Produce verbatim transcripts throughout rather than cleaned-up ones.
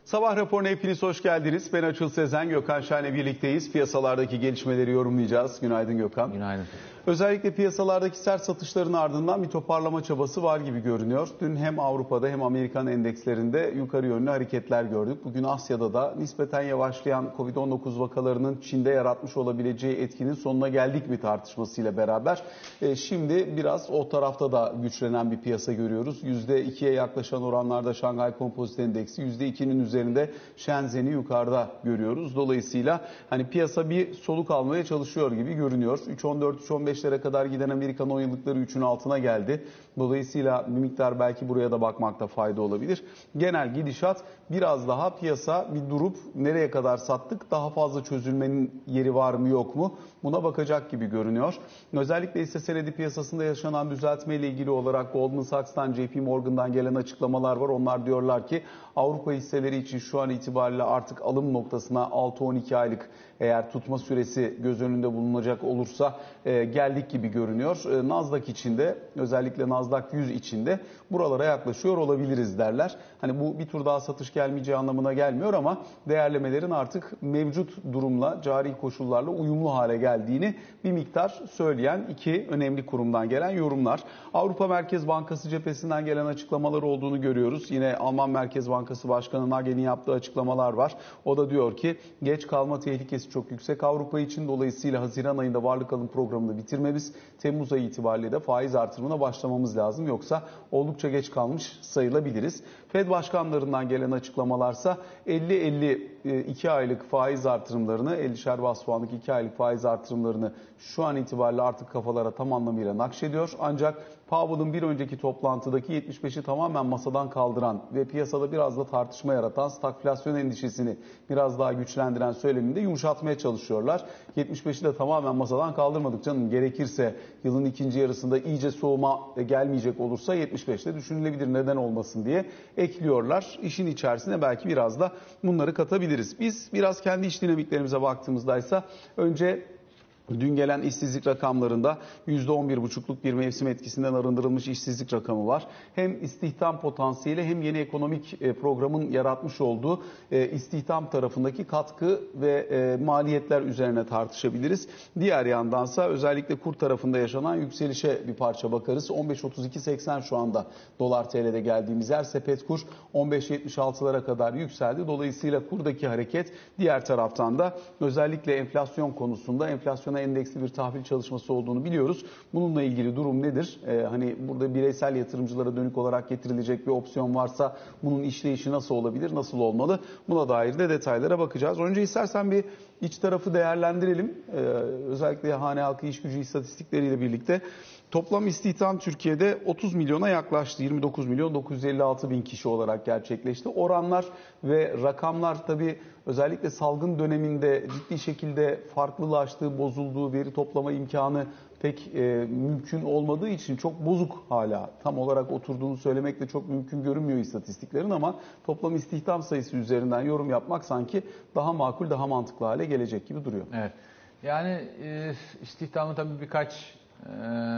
Sabah raporuna hepiniz hoş geldiniz. Ben Açıl Sezen, Gökhan Şahin'le birlikteyiz. Piyasalardaki gelişmeleri yorumlayacağız. Günaydın Gökhan. Günaydın. Özellikle piyasalardaki sert satışların ardından bir toparlama çabası var gibi görünüyor. Dün hem Avrupa'da hem Amerikan endekslerinde yukarı yönlü hareketler gördük. Bugün Asya'da da nispeten yavaşlayan Covid on dokuz vakalarının Çin'de yaratmış olabileceği etkinin sonuna geldik mi tartışmasıyla beraber. E, şimdi biraz o tarafta da güçlenen bir piyasa görüyoruz. yüzde ikiye yaklaşan oranlarda Şanghay Kompozit Endeksi, yüzde ikinin üzerinde Shenzhen'i yukarıda görüyoruz. Dolayısıyla hani piyasa bir soluk almaya çalışıyor gibi görünüyor. üç on dört üç on beşlere kadar giden Amerikan on yıllıkları üçün altına geldi. Dolayısıyla bir miktar belki buraya da bakmakta fayda olabilir. Genel gidişat biraz daha piyasa bir durup nereye kadar sattık, daha fazla çözülmenin yeri var mı yok mu buna bakacak gibi görünüyor. Özellikle hisse senedi piyasasında yaşanan düzeltme ile ilgili olarak Goldman Sachs'tan, J P Morgan'dan gelen açıklamalar var. Onlar diyorlar ki Avrupa hisseleri için şu an itibariyle artık alım noktasına altı on iki aylık eğer tutma süresi göz önünde bulunacak olursa e, geldik gibi görünüyor. E, Nasdaq içinde, özellikle Nasdaq yüz içinde buralara yaklaşıyor olabiliriz derler. Hani bu bir tur daha satış gelmeyeceği anlamına gelmiyor ama değerlemelerin artık mevcut durumla, cari koşullarla uyumlu hale geldiğini bir miktar söyleyen iki önemli kurumdan gelen yorumlar. Avrupa Merkez Bankası cephesinden gelen açıklamalar olduğunu görüyoruz. Yine Alman Merkez Bankası Başkanı Nagel'in yaptığı açıklamalar var. O da diyor ki geç kalma tehlikesi çok yüksek Avrupa için. Dolayısıyla Haziran ayında varlık alım programını bitirmemiz, Temmuz ayı itibariyle de faiz artırımına başlamamız lazım. Yoksa oldukça geç kalmış sayılabiliriz. Fed başkanlarından gelen açıklamalarsa elli elli iki aylık faiz artırımlarını, ellişer bas puanlık iki aylık faiz artırımlarını şu an itibariyle artık kafalara tam anlamıyla nakşediyor. Ancak Powell'ın bir önceki toplantıdaki yetmiş beşi tamamen masadan kaldıran ve piyasada biraz da tartışma yaratan stagflasyon endişesini biraz daha güçlendiren söyleminde yumuşatmaya çalışıyorlar. yetmiş beşi de tamamen masadan kaldırmadık canım. Gerekirse yılın ikinci yarısında iyice soğuma gelmeyecek olursa yetmiş beşte düşünülebilir, neden olmasın diye ekliyorlar. İşin içerisine belki biraz da bunları katabiliriz. Biz biraz kendi iş dinamiklerimize baktığımızdaysa önce dün gelen işsizlik rakamlarında yüzde on bir buçukluk bir mevsim etkisinden arındırılmış işsizlik rakamı var. Hem istihdam potansiyeli hem yeni ekonomik programın yaratmış olduğu istihdam tarafındaki katkı ve maliyetler üzerine tartışabiliriz. Diğer yandansa özellikle kur tarafında yaşanan yükselişe bir parça bakarız. on beş otuz iki seksen şu anda dolar T L'de geldiğimiz yer. Sepet kur on beş yetmiş altılara kadar yükseldi. Dolayısıyla kurdaki hareket, diğer taraftan da özellikle enflasyon konusunda enflasyon endeksli bir tahvil çalışması olduğunu biliyoruz. Bununla ilgili durum nedir? Ee, hani burada bireysel yatırımcılara dönük olarak getirilecek bir opsiyon varsa bunun işleyişi nasıl olabilir, nasıl olmalı? Buna dair de detaylara bakacağız. Önce istersen bir iç tarafı değerlendirelim. Ee, özellikle hane halkı iş gücü istatistikleriyle birlikte. Toplam istihdam Türkiye'de otuz milyona yaklaştı. yirmi dokuz milyon dokuz yüz elli altı bin kişi olarak gerçekleşti. Oranlar ve rakamlar tabii özellikle salgın döneminde ciddi şekilde farklılaştığı, bozulduğu, veri toplama imkanı pek e, mümkün olmadığı için çok bozuk hala. Tam olarak oturduğunu söylemek de çok mümkün görünmüyor istatistiklerin ama toplam istihdam sayısı üzerinden yorum yapmak sanki daha makul, daha mantıklı hale gelecek gibi duruyor. Evet. Yani e, istihdamı tabii birkaç e,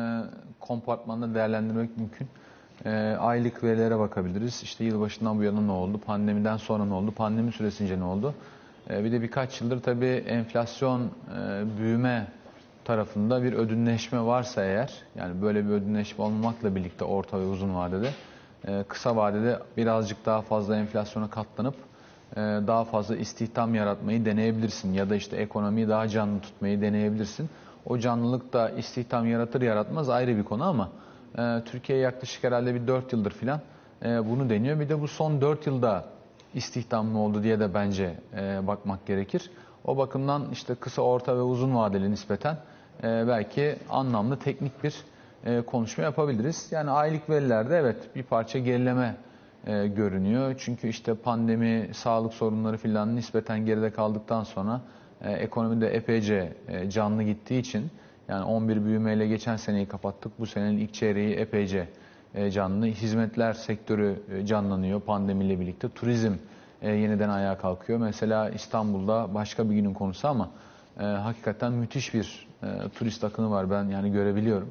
kompartmanda değerlendirmek mümkün. E, aylık verilere bakabiliriz. İşte yılbaşından bu yana ne oldu? Pandemiden sonra ne oldu? Pandemi süresince ne oldu? E, bir de birkaç yıldır tabii enflasyon e, büyüme tarafında bir ödünleşme varsa eğer, yani böyle bir ödünleşme olmamakla birlikte orta ve uzun vadede, e, kısa vadede birazcık daha fazla enflasyona katlanıp e, daha fazla istihdam yaratmayı deneyebilirsin. Ya da işte ekonomiyi daha canlı tutmayı deneyebilirsin. O canlılık da istihdam yaratır yaratmaz ayrı bir konu ama e, Türkiye yaklaşık herhalde bir dört yıldır filan e, bunu deniyor. Bir de bu son dört yılda istihdam ne oldu diye de bence e, bakmak gerekir. O bakımdan işte kısa, orta ve uzun vadeli nispeten e, belki anlamlı teknik bir e, konuşma yapabiliriz. Yani aylık verilerde evet bir parça gerileme e, görünüyor. Çünkü işte pandemi, sağlık sorunları filan nispeten geride kaldıktan sonra e, ekonomide epeyce e, canlı gittiği için, yani on bir büyümeyle geçen seneyi kapattık. Bu senenin ilk çeyreği epeyce e, canlı. Hizmetler sektörü e, canlanıyor pandemiyle birlikte. Turizm e, yeniden ayağa kalkıyor. Mesela İstanbul'da başka bir günün konusu ama e, hakikaten müthiş bir e, turist akını var, ben yani görebiliyorum.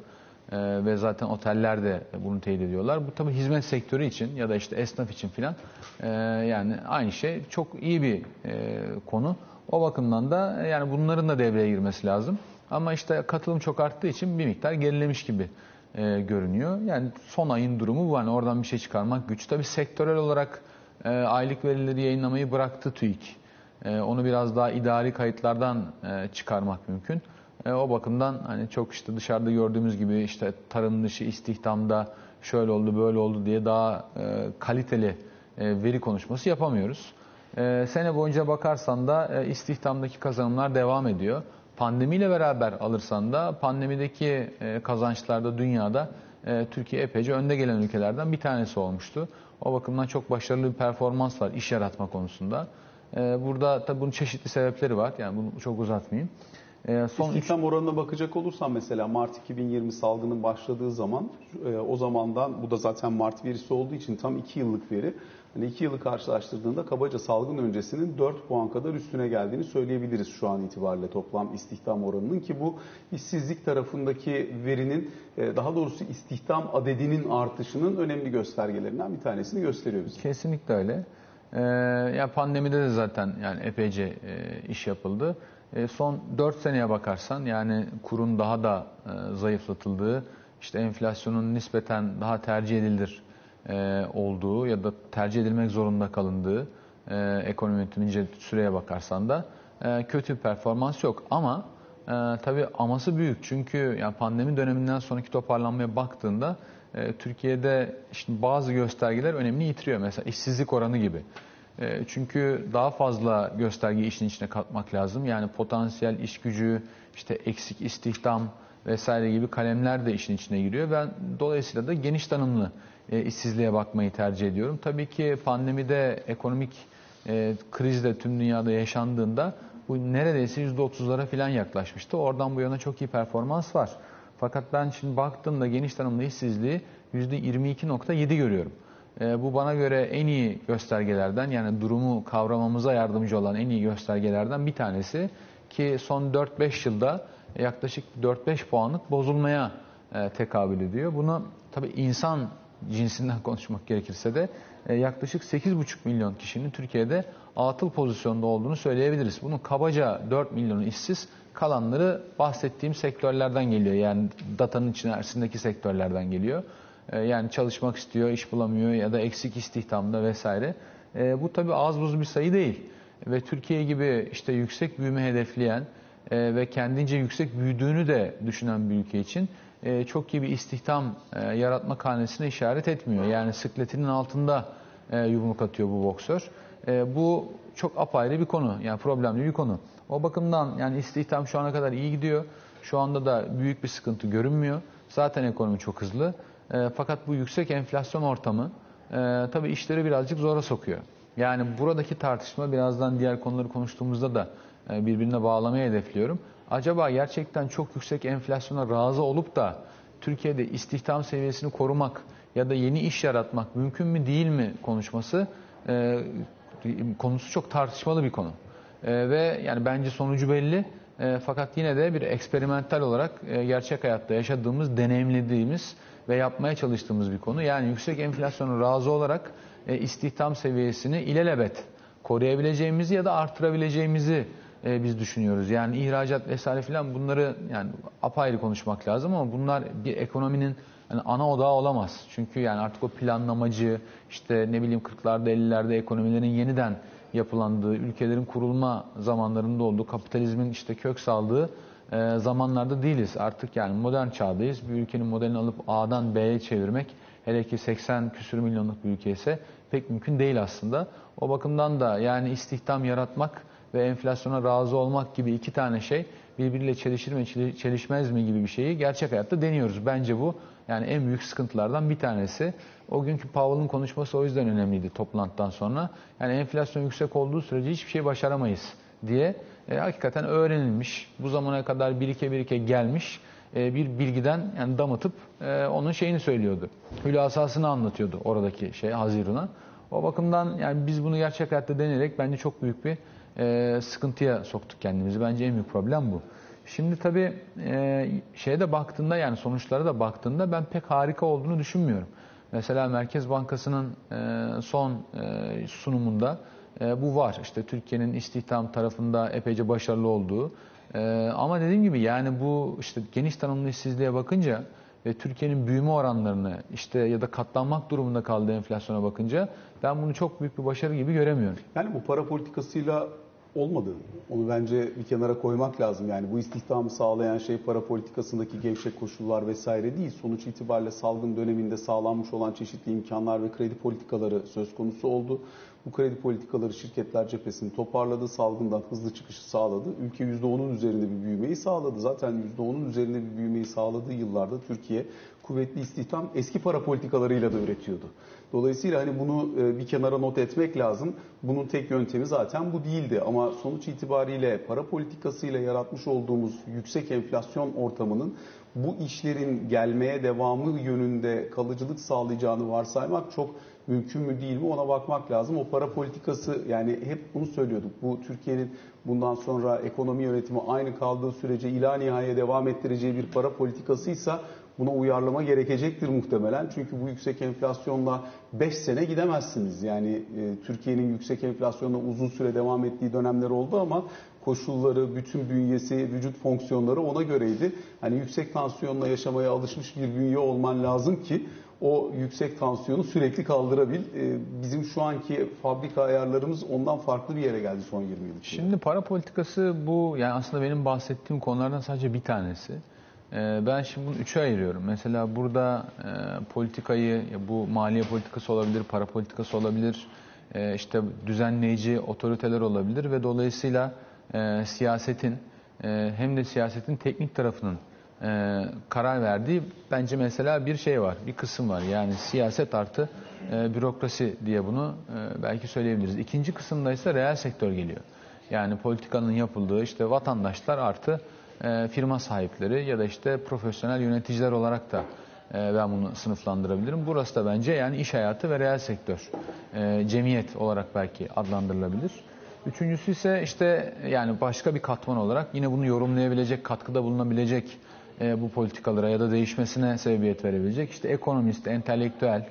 Ee, ve zaten oteller de bunu teyit ediyorlar. Bu tabii hizmet sektörü için ya da işte esnaf için filan e, yani aynı şey çok iyi bir e, konu. O bakımdan da e, yani bunların da devreye girmesi lazım. Ama işte katılım çok arttığı için bir miktar gerilemiş gibi e, görünüyor. Yani son ayın durumu bu. Hani oradan bir şey çıkarmak güç. Tabii sektörel olarak e, aylık verileri yayınlamayı bıraktı TÜİK. E, onu biraz daha idari kayıtlardan e, çıkarmak mümkün. E, o bakımdan hani çok işte dışarıda gördüğümüz gibi işte tarım dışı istihdamda şöyle oldu böyle oldu diye daha e, kaliteli e, veri konuşması yapamıyoruz. E, sene boyunca bakarsan da e, istihdamdaki kazanımlar devam ediyor. Pandemiyle beraber alırsan da pandemideki e, kazançlarda dünyada e, Türkiye epeyce önde gelen ülkelerden bir tanesi olmuştu. O bakımdan çok başarılı bir performans var iş yaratma konusunda. E, burada tabii bunun çeşitli sebepleri var. Yani bunu çok uzatmayayım. E, son İstihdam üç... oranına bakacak olursan mesela Mart iki bin yirmi salgının başladığı zaman e, o zamandan bu da zaten Mart verisi olduğu için tam iki yıllık veri. Hani iki yılı karşılaştırdığında kabaca salgın öncesinin dört puan kadar üstüne geldiğini söyleyebiliriz şu an itibariyle toplam istihdam oranının ki bu işsizlik tarafındaki verinin daha doğrusu istihdam adedinin artışının önemli göstergelerinden bir tanesini gösteriyor bize. Kesinlikle öyle. Ee, ya pandemide de zaten yani epeyce e, iş yapıldı. E, son dört seneye bakarsan yani kurun daha da e, zayıflatıldığı, işte enflasyonun nispeten daha tercih edilir e, olduğu ya da tercih edilmek zorunda kalındığı e, ekonomi yönetimince süreye bakarsan da e, kötü bir performans yok. Ama e, tabii aması büyük. Çünkü yani pandemi döneminden sonraki toparlanmaya baktığında e, Türkiye'de işte bazı göstergeler önemini yitiriyor. Mesela işsizlik oranı gibi. E, çünkü daha fazla göstergeyi işin içine katmak lazım. Yani potansiyel iş gücü, işte eksik istihdam vesaire gibi kalemler de işin içine giriyor. Ben dolayısıyla da geniş tanımlı e, işsizliğe bakmayı tercih ediyorum. Tabii ki pandemide ekonomik e, kriz de tüm dünyada yaşandığında bu neredeyse yüzde otuzlara falan yaklaşmıştı. Oradan bu yana çok iyi performans var. Fakat ben şimdi baktığımda geniş tanımlı işsizliği yüzde yirmi iki nokta yedi görüyorum. E, bu bana göre en iyi göstergelerden yani durumu kavramamıza yardımcı olan en iyi göstergelerden bir tanesi ki son dört beş yılda yaklaşık dört beş puanlık bozulmaya e, tekabül ediyor. Bunu tabii insan cinsinden konuşmak gerekirse de e, yaklaşık sekiz buçuk milyon kişinin Türkiye'de atıl pozisyonda olduğunu söyleyebiliriz. Bunun kabaca dört milyonu işsiz, kalanları bahsettiğim sektörlerden geliyor. Yani datanın içerisindeki sektörlerden geliyor. E, yani çalışmak istiyor, iş bulamıyor ya da eksik istihdamda vesaire. E, bu tabii az buz bir sayı değil. Ve Türkiye gibi işte yüksek büyüme hedefleyen e, ve kendince yüksek büyüdüğünü de düşünen bir ülke için e, çok iyi bir istihdam e, yaratma hanesine işaret etmiyor. Yani sıkletinin altında e, yumruk atıyor bu boksör. E, bu çok apayrı bir konu. Yani problemli bir konu. O bakımdan yani istihdam şu ana kadar iyi gidiyor. Şu anda da büyük bir sıkıntı görünmüyor. Zaten ekonomi çok hızlı. E, fakat bu yüksek enflasyon ortamı e, tabii işleri birazcık zora sokuyor. Yani buradaki tartışma birazdan diğer konuları konuştuğumuzda da e, birbirine bağlamaya hedefliyorum. Acaba gerçekten çok yüksek enflasyona razı olup da Türkiye'de istihdam seviyesini korumak ya da yeni iş yaratmak mümkün mü değil mi konuşması e, konusu çok tartışmalı bir konu. E, ve yani bence sonucu belli. E, fakat yine de bir eksperimental olarak e, gerçek hayatta yaşadığımız, deneyimlediğimiz ve yapmaya çalıştığımız bir konu. Yani yüksek enflasyona razı olarak e, istihdam seviyesini ilelebet koruyabileceğimizi ya da artırabileceğimizi e, biz düşünüyoruz. Yani ihracat vesaire filan bunları yani apayrı konuşmak lazım ama bunlar bir ekonominin yani ana odağı olamaz. Çünkü yani artık o planlamacı işte ne bileyim kırklarda ellilerde ekonomilerin yeniden yapılandığı, ülkelerin kurulma zamanlarında olduğu, kapitalizmin işte kök saldığı e, zamanlarda değiliz. Artık yani modern çağdayız. Bir ülkenin modelini alıp A'dan B'ye çevirmek hele ki seksen küsür milyonluk bir ülke ise pek mümkün değil aslında. O bakımdan da yani istihdam yaratmak ve enflasyona razı olmak gibi iki tane şey birbiriyle çelişir mi çelişmez mi gibi bir şeyi gerçek hayatta deniyoruz. Bence bu yani en büyük sıkıntılardan bir tanesi. O günkü Powell'ın konuşması o yüzden önemliydi toplantıdan sonra. Yani enflasyon yüksek olduğu sürece hiçbir şey başaramayız diye e, hakikaten öğrenilmiş, bu zamana kadar birike birike gelmiş e, bir bilgiden yani damıtıp e, onun şeyini söylüyordu. Hülasasını anlatıyordu oradaki şey Haziran'a. O bakımdan yani biz bunu gerçek hayatta deneyerek bence çok büyük bir e, sıkıntıya soktuk kendimizi. Bence en büyük problem bu. Şimdi tabii e, şeye de baktığında, yani sonuçlara da baktığında ben pek harika olduğunu düşünmüyorum. Mesela Merkez Bankası'nın e, son e, sunumunda e, bu var. İşte Türkiye'nin istihdam tarafında epeyce başarılı olduğu. E, ama dediğim gibi yani bu işte geniş tanımlı işsizliğe bakınca ve Türkiye'nin büyüme oranlarını işte ya da katlanmak durumunda kaldığı enflasyona bakınca ben bunu çok büyük bir başarı gibi göremiyorum. Yani bu para politikasıyla olmadı. Onu bence bir kenara koymak lazım. Yani bu istihdamı sağlayan şey para politikasındaki gevşek koşullar vesaire değil. Sonuç itibariyle salgın döneminde sağlanmış olan çeşitli imkanlar ve kredi politikaları söz konusu oldu. Bu kredi politikaları şirketler cephesini toparladı, salgından hızlı çıkışı sağladı. Ülke yüzde onun üzerinde bir büyümeyi sağladı. Zaten yüzde onun üzerinde bir büyümeyi sağladığı yıllarda Türkiye kuvvetli istihdam eski para politikalarıyla da üretiyordu. Dolayısıyla hani bunu bir kenara not etmek lazım. Bunun tek yöntemi zaten bu değildi. Ama sonuç itibariyle para politikasıyla yaratmış olduğumuz yüksek enflasyon ortamının bu işlerin gelmeye devamı yönünde kalıcılık sağlayacağını varsaymak çok mümkün mü değil mi ona bakmak lazım. O para politikası, yani hep bunu söylüyorduk. Bu Türkiye'nin bundan sonra ekonomi yönetimi aynı kaldığı sürece ilahiye devam ettireceği bir para politikasıysa buna uyarlama gerekecektir muhtemelen. Çünkü bu yüksek enflasyonla beş sene gidemezsiniz. Yani e, Türkiye'nin yüksek enflasyonla uzun süre devam ettiği dönemler oldu ama koşulları, bütün bünyesi, vücut fonksiyonları ona göreydi. Hani yüksek tansiyonla yaşamaya alışmış bir bünye olman lazım ki o yüksek tansiyonu sürekli kaldırabil. E, bizim şu anki fabrika ayarlarımız ondan farklı bir yere geldi son yirmi yıl içinde. Şimdi para politikası bu, yani aslında benim bahsettiğim konulardan sadece bir tanesi. Ben şimdi bunu üçe ayırıyorum. Mesela burada e, politikayı, bu maliye politikası olabilir, para politikası olabilir, e, işte düzenleyici otoriteler olabilir ve dolayısıyla e, siyasetin e, hem de siyasetin teknik tarafının e, karar verdiği bence mesela bir şey var, bir kısım var. Yani siyaset artı e, bürokrasi diye bunu e, belki söyleyebiliriz. İkinci kısımda ise reel sektör geliyor. Yani politikanın yapıldığı işte vatandaşlar artı E, firma sahipleri ya da işte profesyonel yöneticiler olarak da e, ben bunu sınıflandırabilirim. Burası da bence yani iş hayatı ve reel sektör, e, cemiyet olarak belki adlandırılabilir. Üçüncüsü ise işte yani başka bir katman olarak yine bunu yorumlayabilecek, katkıda bulunabilecek e, bu politikalara ya da değişmesine sebebiyet verebilecek işte ekonomist, entelektüel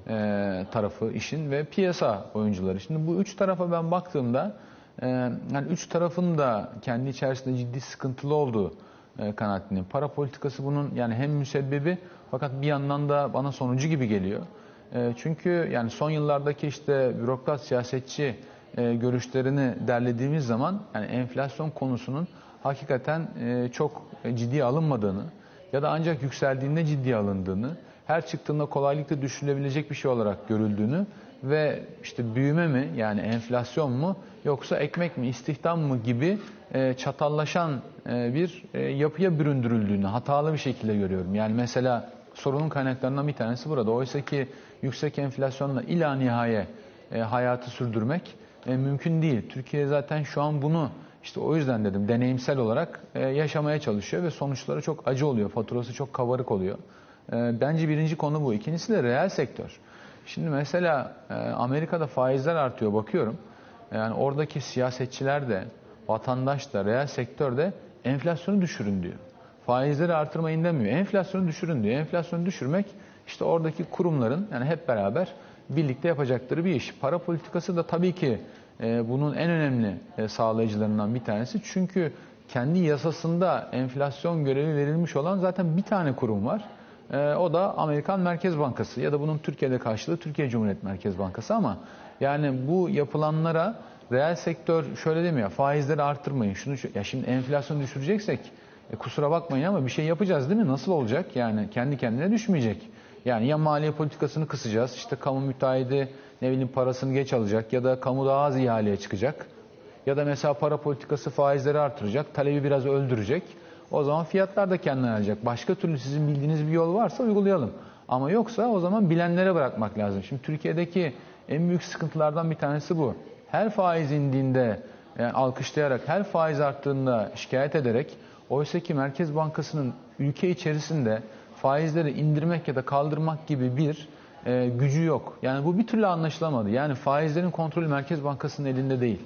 e, tarafı işin ve piyasa oyuncuları. Şimdi bu üç tarafa ben baktığımda Ee, yani üç tarafın da kendi içerisinde ciddi sıkıntılı olduğu e, kanaatindeyim. Para politikası bunun yani hem müsebbibi fakat bir yandan da bana sonucu gibi geliyor. E, çünkü yani son yıllardaki işte bürokrat siyasetçi e, görüşlerini derlediğimiz zaman yani enflasyon konusunun hakikaten e, çok ciddiye alınmadığını ya da ancak yükseldiğinde ciddiye alındığını, her çıktığında kolaylıkla düşürülebilecek bir şey olarak görüldüğünü ve işte büyüme mi yani enflasyon mu yoksa ekmek mi istihdam mı gibi e, çatallaşan e, bir e, yapıya büründürüldüğünü hatalı bir şekilde görüyorum. Yani mesela sorunun kaynaklarından bir tanesi burada. Oysa ki yüksek enflasyonla ila nihaye e, hayatı sürdürmek e, mümkün değil. Türkiye zaten şu an bunu işte o yüzden dedim deneyimsel olarak e, yaşamaya çalışıyor ve sonuçları çok acı oluyor. Faturası çok kabarık oluyor. E, bence birinci konu bu. İkincisi de reel sektör. Şimdi mesela e, Amerika'da faizler artıyor bakıyorum. Yani oradaki siyasetçiler de, vatandaş da, reel sektör de enflasyonu düşürün diyor. Faizleri artırmayın demiyor. Enflasyonu düşürün diyor. Enflasyonu düşürmek işte oradaki kurumların yani hep beraber birlikte yapacakları bir iş. Para politikası da tabii ki e, bunun en önemli e, sağlayıcılarından bir tanesi. Çünkü kendi yasasında enflasyon görevi verilmiş olan zaten bir tane kurum var. E, o da Amerikan Merkez Bankası ya da bunun Türkiye'de karşılığı Türkiye Cumhuriyet Merkez Bankası ama yani bu yapılanlara reel sektör şöyle demiyor, faizleri arttırmayın. Şunu ya şimdi enflasyonu düşüreceksek e, kusura bakmayın ama bir şey yapacağız değil mi? Nasıl olacak? Yani kendi kendine düşmeyecek. Yani ya maliye politikasını kısacağız, işte kamu müteahhidi ne bileyim parasını geç alacak ya da kamu daha az ihaleye çıkacak. Ya da mesela para politikası faizleri artıracak, talebi biraz öldürecek. O zaman fiyatlar da kendinden alacak. Başka türlü sizin bildiğiniz bir yol varsa uygulayalım. Ama yoksa o zaman bilenlere bırakmak lazım. Şimdi Türkiye'deki en büyük sıkıntılardan bir tanesi bu. Her faiz indiğinde yani alkışlayarak, her faiz arttığında şikayet ederek, oysa ki Merkez Bankası'nın ülke içerisinde faizleri indirmek ya da kaldırmak gibi bir e, gücü yok. Yani bu bir türlü anlaşılamadı. Yani faizlerin kontrolü Merkez Bankası'nın elinde değil.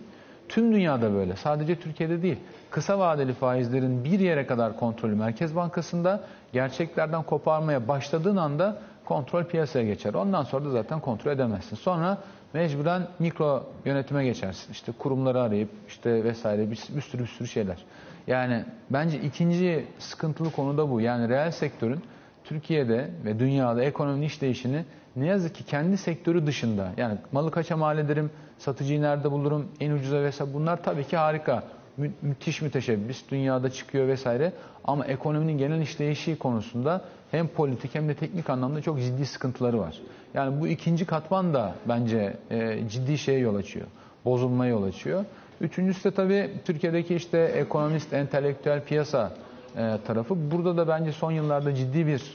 Tüm dünyada böyle. Sadece Türkiye'de değil. Kısa vadeli faizlerin bir yere kadar kontrolü Merkez Bankası'nda, gerçeklerden koparmaya başladığın anda kontrol piyasaya geçer. Ondan sonra da zaten kontrol edemezsin. Sonra mecburen mikro yönetime geçersin. İşte kurumları arayıp işte vesaire bir, bir sürü bir sürü şeyler. Yani bence ikinci sıkıntılı konu da bu. Yani reel sektörün Türkiye'de ve dünyada ekonominin işleyişini ne yazık ki kendi sektörü dışında, yani malı kaça mal ederim, satıcıyı nerede bulurum, en ucuza vesaire, bunlar tabii ki harika. Mü müthiş müteşebbis, dünyada çıkıyor vesaire. Ama ekonominin genel işleyişi konusunda hem politik hem de teknik anlamda çok ciddi sıkıntıları var. Yani bu ikinci katman da bence e, ciddi şeye yol açıyor. Bozulmaya yol açıyor. Üçüncüsü de tabii Türkiye'deki işte ekonomist, entelektüel piyasa e, tarafı. Burada da bence son yıllarda ciddi bir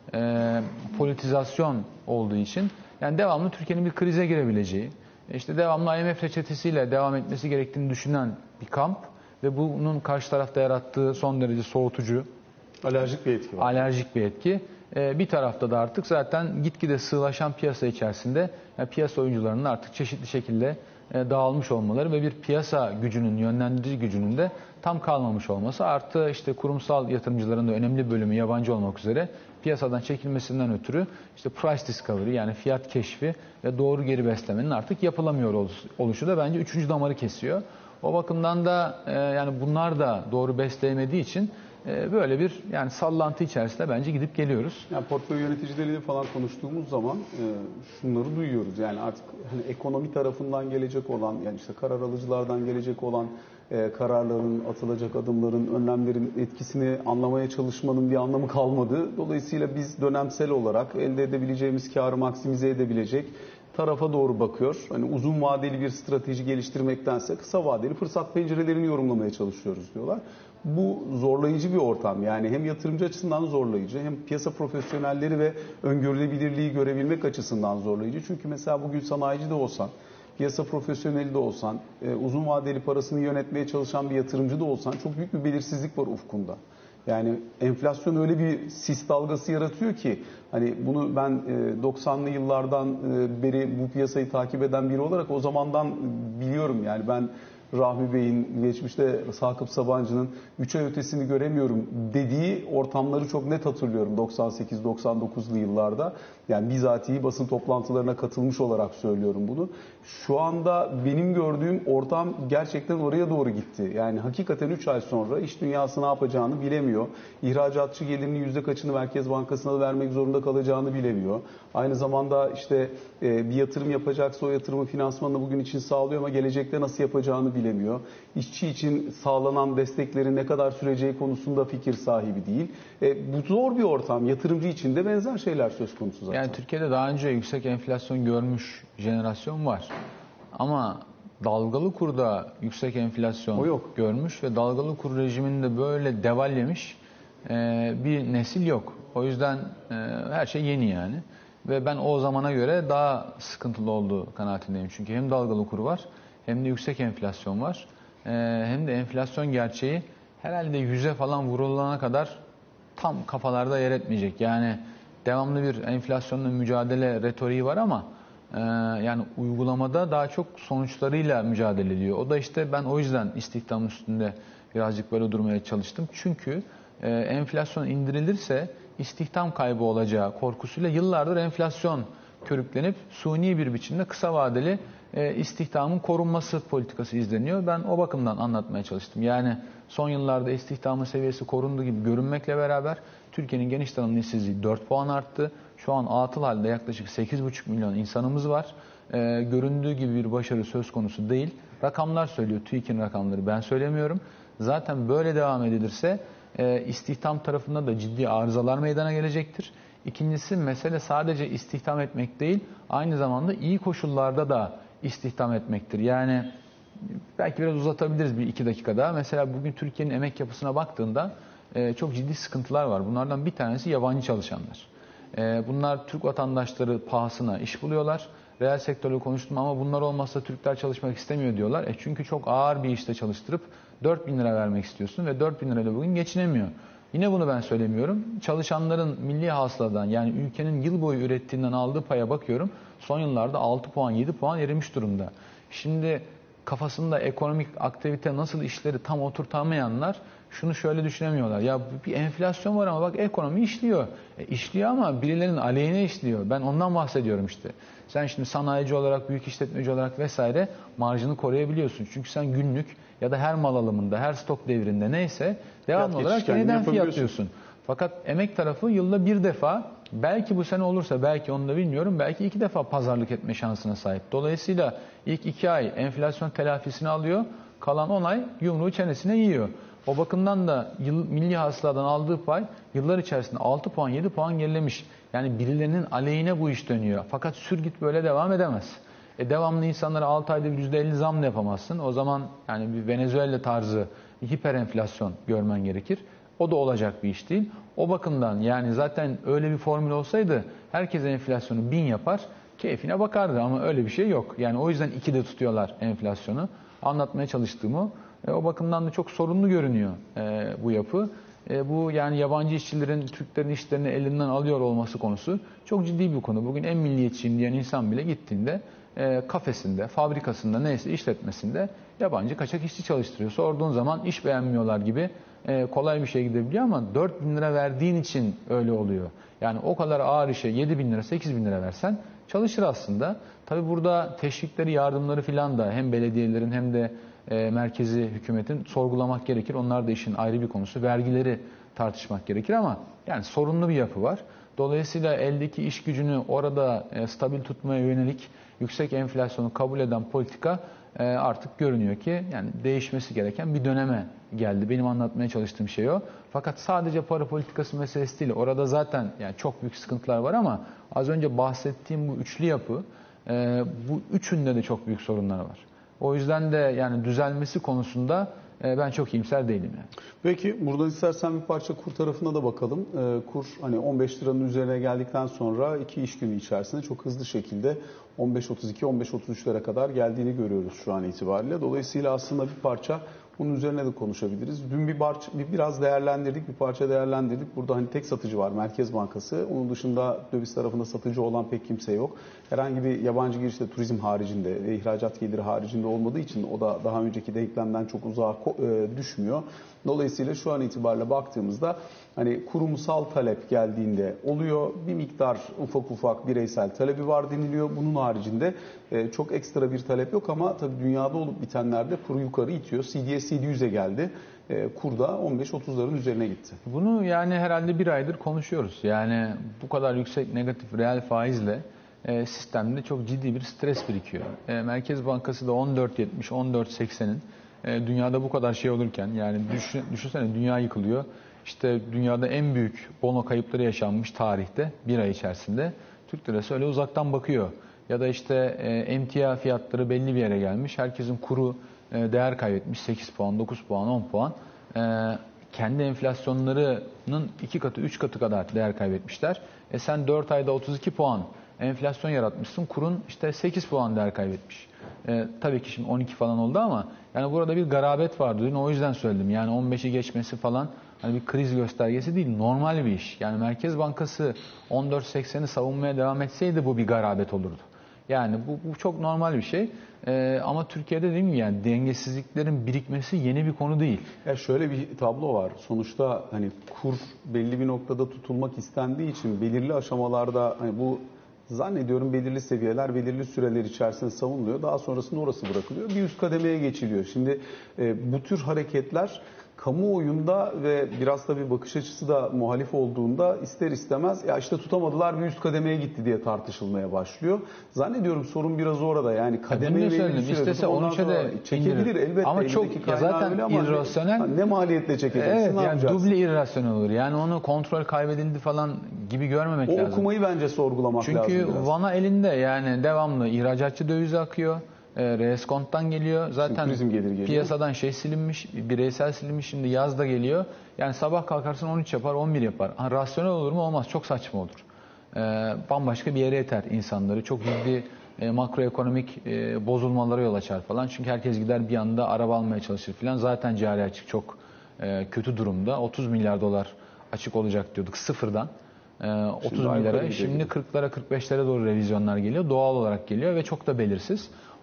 e, politizasyon olduğu için yani devamlı Türkiye'nin bir krize girebileceği, işte devamlı I M F reçetesiyle devam etmesi gerektiğini düşünen bir kamp ve bunun karşı tarafta yarattığı son derece soğutucu, alerjik bir etki var. Alerjik bir etki. Ee, bir tarafta da artık zaten gitgide sığlaşan piyasa içerisinde yani piyasa oyuncularının artık çeşitli şekilde e, dağılmış olmaları ve bir piyasa gücünün, yönlendirici gücünün de tam kalmamış olması, artı işte kurumsal yatırımcıların da önemli bölümü yabancı olmak üzere piyasadan çekilmesinden ötürü işte price discovery, yani fiyat keşfi ve doğru geri beslemenin artık yapılamıyor oluşu da bence üçüncü damarı kesiyor. O bakımdan da e, yani bunlar da doğru besleyemediği için e, böyle bir yani sallantı içerisinde bence gidip geliyoruz. Yani portföy yöneticileriyle falan konuştuğumuz zaman e, şunları duyuyoruz. Yani artık hani ekonomi tarafından gelecek olan, yani işte karar alıcılardan gelecek olan e, kararların, atılacak adımların, önlemlerin etkisini anlamaya çalışmanın bir anlamı kalmadı. Dolayısıyla biz dönemsel olarak elde edebileceğimiz karı maksimize edebilecek tarafa doğru bakıyor. Hani uzun vadeli bir strateji geliştirmektense kısa vadeli fırsat pencerelerini yorumlamaya çalışıyoruz diyorlar. Bu zorlayıcı bir ortam. Yani hem yatırımcı açısından zorlayıcı, hem piyasa profesyonelleri ve öngörülebilirliği görebilmek açısından zorlayıcı. Çünkü mesela bugün sanayici de olsan, piyasa profesyoneli de olsan, uzun vadeli parasını yönetmeye çalışan bir yatırımcı da olsan çok büyük bir belirsizlik var ufkunda. Yani enflasyon öyle bir sis dalgası yaratıyor ki hani bunu ben doksanlı yıllardan beri bu piyasayı takip eden biri olarak o zamandan biliyorum. Yani ben Rahmi Bey'in, geçmişte Sakıp Sabancı'nın üç ay ötesini göremiyorum dediği ortamları çok net hatırlıyorum doksan sekiz doksan dokuzlu yıllarda. Yani bizatihi basın toplantılarına katılmış olarak söylüyorum bunu. Şu anda benim gördüğüm ortam gerçekten oraya doğru gitti. Yani hakikaten üç ay sonra iş dünyası ne yapacağını bilemiyor. İhracatçı gelirinin yüzde kaçını Merkez Bankası'na vermek zorunda kalacağını bilemiyor. Aynı zamanda işte bir yatırım yapacaksa o yatırımı finansmanını bugün için sağlıyor ama gelecekte nasıl yapacağını bilemiyor. İşçi için sağlanan desteklerin ne kadar süreceği konusunda fikir sahibi değil. E, bu zor bir ortam. Yatırımcı için de benzer şeyler söz konusu zaten. Yani Türkiye'de daha önce yüksek enflasyon görmüş jenerasyon var. Ama dalgalı kurda yüksek enflasyon görmüş ve dalgalı kur rejiminde böyle devallemiş e, bir nesil yok. O yüzden e, her şey yeni yani. Ve ben o zamana göre daha sıkıntılı olduğu kanaatindeyim. Çünkü hem dalgalı kur var, hem de yüksek enflasyon var. Ee, hem de enflasyon gerçeği herhalde yüze falan vurulana kadar tam kafalarda yer etmeyecek. Yani devamlı bir enflasyonla mücadele retoriği var ama e, yani uygulamada daha çok sonuçlarıyla mücadele ediyor. O da işte ben o yüzden istihdam üstünde birazcık böyle durmaya çalıştım. Çünkü e, enflasyon indirilirse istihdam kaybı olacağı korkusuyla yıllardır enflasyon körüklenip suni bir biçimde kısa vadeli e, istihdamın korunması politikası izleniyor. Ben o bakımdan anlatmaya çalıştım. Yani son yıllarda istihdamın seviyesi korunduğu gibi görünmekle beraber Türkiye'nin geniş tanımlı işsizliği dört puan arttı. Şu an atıl halde yaklaşık sekiz buçuk milyon insanımız var. E, göründüğü gibi bir başarı söz konusu değil. Rakamlar söylüyor. TÜİK'in rakamları, ben söylemiyorum. Zaten böyle devam edilirse e, istihdam tarafında da ciddi arızalar meydana gelecektir. İkincisi, mesele sadece istihdam etmek değil, aynı zamanda iyi koşullarda da istihdam etmektir. Yani belki biraz uzatabiliriz bir iki dakikada. Mesela bugün Türkiye'nin emek yapısına baktığında e, çok ciddi sıkıntılar var. Bunlardan bir tanesi yabancı çalışanlar. E, bunlar Türk vatandaşları pahasına iş buluyorlar. Reel sektörle konuştum ama bunlar olmazsa Türkler çalışmak istemiyor diyorlar. E çünkü çok ağır bir işte çalıştırıp dört bin lira vermek istiyorsun ve dört bin lirayla bugün geçinemiyor. Yine bunu ben söylemiyorum. Çalışanların milli hasıladan, yani ülkenin yıl boyu ürettiğinden aldığı paya bakıyorum. Son yıllarda altı puan, yedi puan erimiş durumda. Şimdi kafasında ekonomik aktivite nasıl işleri tam oturtamayanlar şunu şöyle düşünemiyorlar. Ya bir enflasyon var ama bak ekonomi işliyor. E, işliyor ama birilerinin aleyhine işliyor. Ben ondan bahsediyorum işte. Sen şimdi sanayici olarak, büyük işletmeci olarak vesaire marjını koruyabiliyorsun. Çünkü sen günlük ya da her mal alımında, her stok devrinde neyse devamlı Fiyat olarak yeniden yapabiliyorsun. fiyatlıyorsun. Fakat emek tarafı yılda bir defa, belki bu sene olursa, belki onu da bilmiyorum, belki iki defa pazarlık etme şansına sahip. Dolayısıyla ilk iki ay enflasyon telafisini alıyor, kalan on ay yumruğu çenesine yiyor. O bakımdan da yıl, milli hasıladan aldığı pay yıllar içerisinde altı puan, yedi puan gerilemiş. Yani birilerinin aleyhine bu iş dönüyor. Fakat sürgüt böyle devam edemez. E devamlı insanlara altı ayda bir yüzde elli zam da yapamazsın. O zaman yani bir Venezuela tarzı bir hiper enflasyon görmen gerekir. O da olacak bir iş değil. O bakımdan yani zaten öyle bir formül olsaydı herkes enflasyonu bin yapar, keyfine bakardı ama öyle bir şey yok. Yani o yüzden ikide tutuyorlar enflasyonu. Anlatmaya çalıştığımı e, o bakımdan da çok sorunlu görünüyor e, bu yapı. E, bu yani yabancı işçilerin Türklerin işlerini elinden alıyor olması konusu çok ciddi bir konu. Bugün en milliyetçiyim diyen insan bile gittiğinde e, kafesinde, fabrikasında neyse işletmesinde yabancı kaçak işçi çalıştırıyor. Sorduğun zaman iş beğenmiyorlar gibi e, kolay bir şey gidebiliyor ama dört bin lira verdiğin için öyle oluyor. Yani o kadar ağır işe yedi bin lira, sekiz bin lira versen çalışır aslında. Tabii burada teşvikleri, yardımları filan da hem belediyelerin hem de e, merkezi hükümetin sorgulamak gerekir. Onlar da işin ayrı bir konusu. Vergileri tartışmak gerekir ama yani sorunlu bir yapı var. Dolayısıyla eldeki iş gücünü orada e, stabil tutmaya yönelik yüksek enflasyonu kabul eden politika e, artık görünüyor ki yani değişmesi gereken bir döneme geldi. Benim anlatmaya çalıştığım şey o. Fakat sadece para politikası meselesi değil. Orada zaten yani çok büyük sıkıntılar var ama az önce bahsettiğim bu üçlü yapı, e, bu üçünde de çok büyük sorunlar var. O yüzden de yani düzelmesi konusunda e, ben çok iyimser değilim yani. Peki buradan istersen bir parça kur tarafına da bakalım. Ee, kur hani on beş liranın üzerine geldikten sonra iki iş günü içerisinde çok hızlı şekilde on beş otuz iki on beş otuz üçlere kadar geldiğini görüyoruz şu an itibariyle. Dolayısıyla aslında bir parça bunun üzerine de konuşabiliriz. Dün bir, parça, bir biraz değerlendirdik, bir parça değerlendirdik. Burada hani tek satıcı var, Merkez Bankası. Onun dışında döviz tarafında satıcı olan pek kimse yok. Herhangi bir yabancı girişte turizm haricinde ve ihracat geliri haricinde olmadığı için o da daha önceki denklemden çok uzağa düşmüyor. Dolayısıyla şu an itibariyle baktığımızda hani kurumsal talep geldiğinde oluyor. Bir miktar ufak ufak bireysel talebi var deniliyor. Bunun haricinde e, çok ekstra bir talep yok ama tabii dünyada olup bitenlerde kuru yukarı itiyor. C D S yedi yüze geldi. E, kur da on beş otuzların üzerine gitti. Bunu yani herhalde bir aydır konuşuyoruz. Yani bu kadar yüksek negatif reel faizle e, sistemde çok ciddi bir stres birikiyor. E, Merkez Bankası da on dört yetmiş on dört seksenin e, dünyada bu kadar şey olurken yani düşün, düşünsene dünya yıkılıyor. İşte dünyada en büyük bono kayıpları yaşanmış tarihte bir ay içerisinde. Türk lirası öyle uzaktan bakıyor. Ya da işte e, emtia fiyatları belli bir yere gelmiş. Herkesin kuru e, değer kaybetmiş. sekiz puan, dokuz puan, on puan. E, kendi enflasyonlarının iki katı, üç katı kadar değer kaybetmişler. E sen dört ayda otuz iki puan enflasyon yaratmışsın. Kurun işte sekiz puan değer kaybetmiş. E, tabii ki şimdi on iki falan oldu ama yani burada bir garabet vardı. Dün o yüzden söyledim. Yani on beşi geçmesi falan hani bir kriz göstergesi değil, normal bir iş. Yani Merkez Bankası on dört sekseni savunmaya devam etseydi bu bir garabet olurdu. Yani bu, bu çok normal bir şey. Ee, ama Türkiye'de değil mi yani dengesizliklerin birikmesi yeni bir konu değil. Ya şöyle bir tablo var. Sonuçta hani kur belli bir noktada tutulmak istendiği için belirli aşamalarda hani bu zannediyorum belirli seviyeler, belirli süreler içerisinde savunuluyor. Daha sonrasında orası bırakılıyor. Bir üst kademeye geçiliyor. Şimdi e, bu tür hareketler kamuoyunda ve biraz da bir bakış açısı da muhalif olduğunda ister istemez ya işte tutamadılar bir üst kademeye gitti diye tartışılmaya başlıyor. Zannediyorum sorun biraz orada yani kademeyi belli bir süre İstese on üçe de çekebilir elbette. Ama çok ya zaten irrasyonel. Ne, ne maliyetle çekeceksin, evet, ne yani yapacaksın? duble irrasyonel olur. Yani onu kontrol kaybedildi falan gibi görmemek o lazım. O okumayı bence sorgulamak Çünkü lazım. Çünkü vana elinde yani devamlı ihracatçı dövizi akıyor. E, reeskonttan geliyor. Zaten geliyor. Piyasadan şey silinmiş, bireysel silinmiş. Şimdi yaz da geliyor. Yani sabah kalkarsın on üç yapar, on bir yapar. Ha, rasyonel olur mu? Olmaz. Çok saçma olur. E, bambaşka bir yere yeter insanları. Çok ciddi e, makroekonomik e, bozulmalara yol açar falan. Çünkü herkes gider bir anda araba almaya çalışır falan. Zaten cari açık çok e, kötü durumda. otuz milyar dolar açık olacak diyorduk sıfırdan. E, otuz milyara. Şimdi kırklara kırk beşlere doğru revizyonlar geliyor. Doğal olarak geliyor ve çok da belirsiz.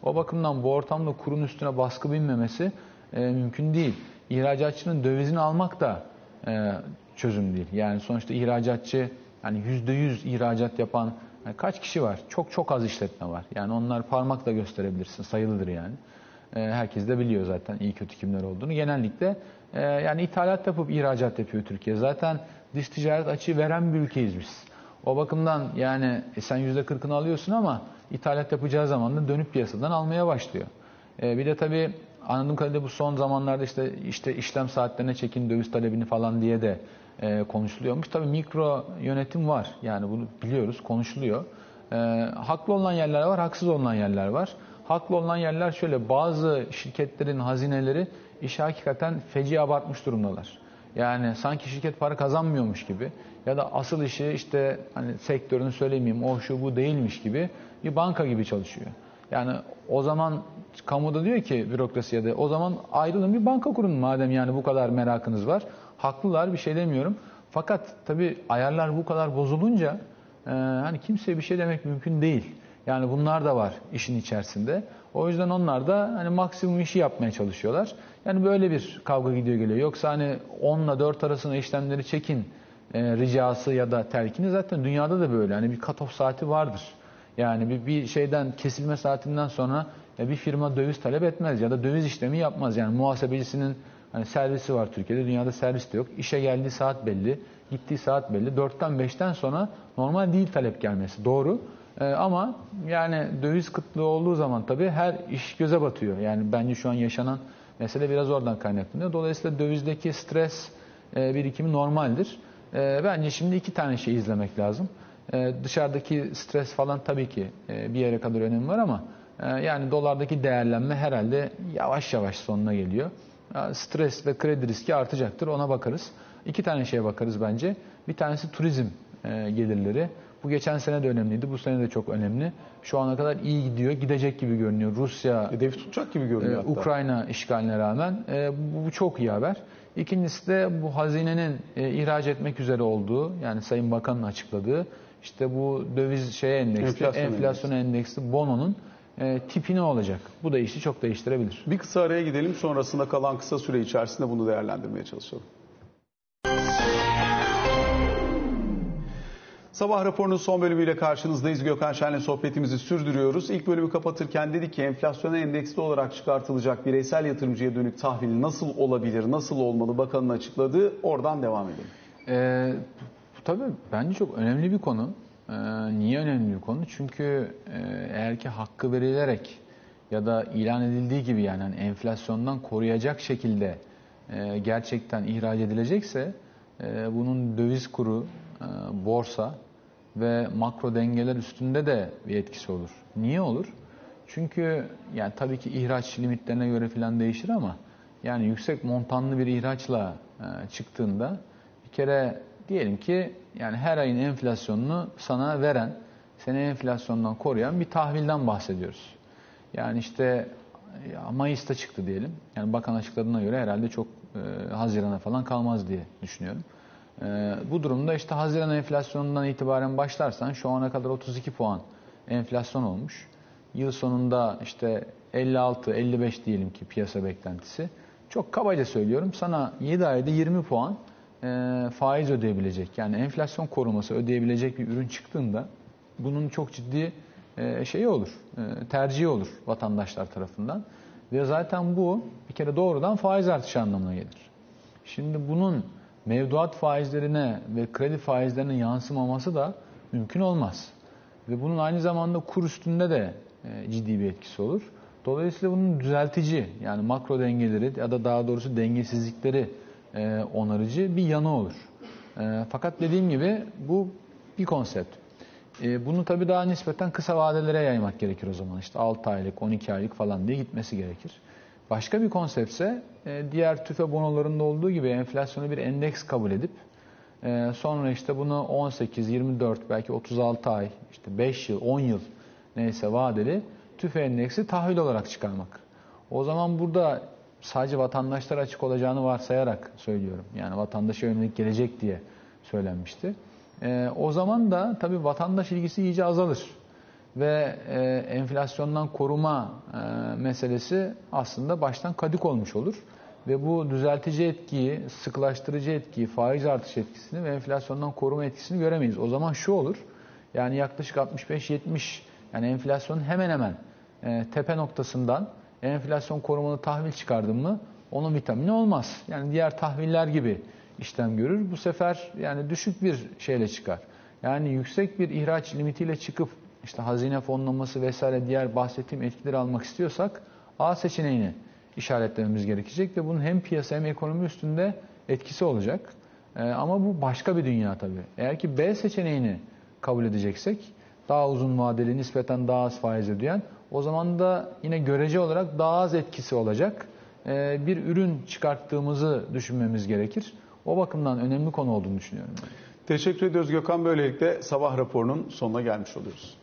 O bakımdan bu ortamda kurun üstüne baskı binmemesi e, mümkün değil. İhracatçının dövizini almak da e, çözüm değil. Yani sonuçta ihracatçı yani yüzde yüz ihracat yapan yani kaç kişi var? Çok çok az işletme var. Yani onlar parmakla gösterebilirsin. Sayılıdır yani. E, herkes de biliyor zaten iyi kötü kimler olduğunu. Genellikle e, yani ithalat yapıp ihracat yapıyor Türkiye. Zaten dış ticaret açığı veren bir ülkeyiz biz. O bakımdan yani e, sen yüzde kırkını alıyorsun ama ithalat yapacağı zaman da dönüp piyasadan almaya başlıyor. E, bir de tabii anladığım kadarıyla bu son zamanlarda işte işte işlem saatlerine çekin döviz talebini falan diye de e, konuşuluyormuş. Tabii mikro yönetim var. Yani bunu biliyoruz, konuşuluyor. E, haklı olan yerler var, haksız olan yerler var. Haklı olan yerler şöyle, bazı şirketlerin hazineleri işi hakikaten feci abartmış durumdalar. Yani sanki şirket para kazanmıyormuş gibi ya da asıl işi işte hani sektörünü söylemeyeyim o şu bu değilmiş gibi bir banka gibi çalışıyor. Yani o zaman kamuda diyor ki bürokrasiye de o zaman ayrılın bir banka kurun madem yani bu kadar merakınız var. Haklılar, bir şey demiyorum. Fakat tabii ayarlar bu kadar bozulunca e, hani kimseye bir şey demek mümkün değil. Yani bunlar da var işin içerisinde. O yüzden onlar da hani maksimum işi yapmaya çalışıyorlar. Yani böyle bir kavga gidiyor geliyor. Yoksa hani on ile dört arasında işlemleri çekin e, ricası ya da telkini zaten dünyada da böyle. Hani bir cut-off saati vardır. Yani bir, bir şeyden kesilme saatinden sonra ya bir firma döviz talep etmez ya da döviz işlemi yapmaz. Yani muhasebecisinin hani servisi var Türkiye'de, dünyada servis de yok. İşe geldiği saat belli, gittiği saat belli. dörtten beşten sonra normal değil talep gelmesi. Doğru. Ee, ama yani döviz kıtlığı olduğu zaman tabii her iş göze batıyor. Yani bence şu an yaşanan mesele biraz oradan kaynaklanıyor. Dolayısıyla dövizdeki stres e, birikimi normaldir. E, bence şimdi iki tane şey izlemek lazım. E, dışarıdaki stres falan tabii ki e, bir yere kadar önemi var ama e, yani dolardaki değerlenme herhalde yavaş yavaş sonuna geliyor. E, stres ve kredi riski artacaktır, ona bakarız. İki tane şeye bakarız bence. Bir tanesi turizm e, gelirleri. Bu geçen sene de önemliydi, bu sene de çok önemli. Şu ana kadar iyi gidiyor, gidecek gibi görünüyor. Rusya, Hedefi tutacak gibi görünüyor e, hatta. Ukrayna işgaline rağmen e, bu, bu çok iyi haber. İkincisi de bu hazinenin e, ihraç etmek üzere olduğu, yani Sayın Bakan'ın açıkladığı, işte bu döviz şeye endeksli, enflasyon, enflasyon endeksli, endeksli bononun e, tipi ne olacak? Bu da işi çok değiştirebilir. Bir kısa araya gidelim, sonrasında kalan kısa süre içerisinde bunu değerlendirmeye çalışalım. Sabah raporunun son bölümüyle karşınızdayız. Gökhan Şen'le sohbetimizi sürdürüyoruz. İlk bölümü kapatırken dedik ki enflasyona endeksli olarak çıkartılacak bireysel yatırımcıya dönük tahvil nasıl olabilir, nasıl olmalı bakanın açıkladığı. Oradan devam edelim. Ee, tabii bence çok önemli bir konu. Ee, niye önemli bir konu? Çünkü e, eğer ki hakkı verilerek ya da ilan edildiği gibi yani hani enflasyondan koruyacak şekilde e, gerçekten ihraç edilecekse e, bunun döviz kuru, e, borsa ve makro dengeler üstünde de bir etkisi olur. Niye olur? Çünkü yani tabii ki ihraç limitlerine göre falan değişir ama yani yüksek montanlı bir ihraçla e, çıktığında bir kere diyelim ki yani her ayın enflasyonunu sana veren, seni enflasyondan koruyan bir tahvilden bahsediyoruz. Yani işte ya Mayıs'ta çıktı diyelim. Yani bakan açıkladığına göre herhalde çok e, Haziran'a falan kalmaz diye düşünüyorum. E, bu durumda işte Haziran enflasyonundan itibaren başlarsan şu ana kadar otuz iki puan enflasyon olmuş. Yıl sonunda işte elli altı elli beş diyelim ki piyasa beklentisi. Çok kabaca söylüyorum, sana yedi ayda yirmi puan e, faiz ödeyebilecek, yani enflasyon koruması ödeyebilecek bir ürün çıktığında bunun çok ciddi e, şeyi olur, e, tercihi olur vatandaşlar tarafından. Ve zaten bu bir kere doğrudan faiz artışı anlamına gelir. Şimdi bunun mevduat faizlerine ve kredi faizlerine yansımaması da mümkün olmaz. Ve bunun aynı zamanda kur üstünde de e, ciddi bir etkisi olur. Dolayısıyla bunun düzeltici, yani makro dengeleri ya da daha doğrusu dengesizlikleri e, onarıcı bir yanı olur. E, fakat dediğim gibi bu bir konsept. E, bunu tabii daha nispeten kısa vadelere yaymak gerekir o zaman. İşte altı aylık, on iki aylık falan diye gitmesi gerekir. Başka bir konseptse e, diğer tüfe bonolarında olduğu gibi enflasyonu bir endeks kabul edip e, sonra işte bunu on sekiz, yirmi dört, belki otuz altı ay, işte beş yıl, on yıl neyse vadeli tüfe endeksi tahvil olarak çıkarmak. O zaman burada sadece vatandaşlara açık olacağını varsayarak söylüyorum. Yani vatandaşa yönelik gelecek diye söylenmişti. E, o zaman da tabii vatandaş ilgisi iyice azalır. ve e, enflasyondan koruma e, meselesi aslında baştan kadık olmuş olur. Ve bu düzeltici etkiyi, sıkılaştırıcı etkiyi, faiz artış etkisini ve enflasyondan koruma etkisini göremeyiz. O zaman şu olur, yani yaklaşık altmış beş yetmiş, yani enflasyonun hemen hemen e, tepe noktasından enflasyon korumalı tahvil çıkardım mı onun vitamini olmaz. Yani diğer tahviller gibi işlem görür. Bu sefer yani düşük bir şeyle çıkar. Yani yüksek bir ihraç limitiyle çıkıp işte hazine fonlaması vesaire diğer bahsettiğim etkileri almak istiyorsak A seçeneğini işaretlememiz gerekecek ve bunun hem piyasa hem ekonomi üstünde etkisi olacak. Ee, ama bu başka bir dünya tabii. Eğer ki B seçeneğini kabul edeceksek, daha uzun vadeli, nispeten daha az faiz ödeyen, o zaman da yine görece olarak daha az etkisi olacak ee, bir ürün çıkarttığımızı düşünmemiz gerekir. O bakımdan önemli konu olduğunu düşünüyorum. Teşekkür ediyoruz Gökhan. Böylelikle sabah raporunun sonuna gelmiş oluyoruz.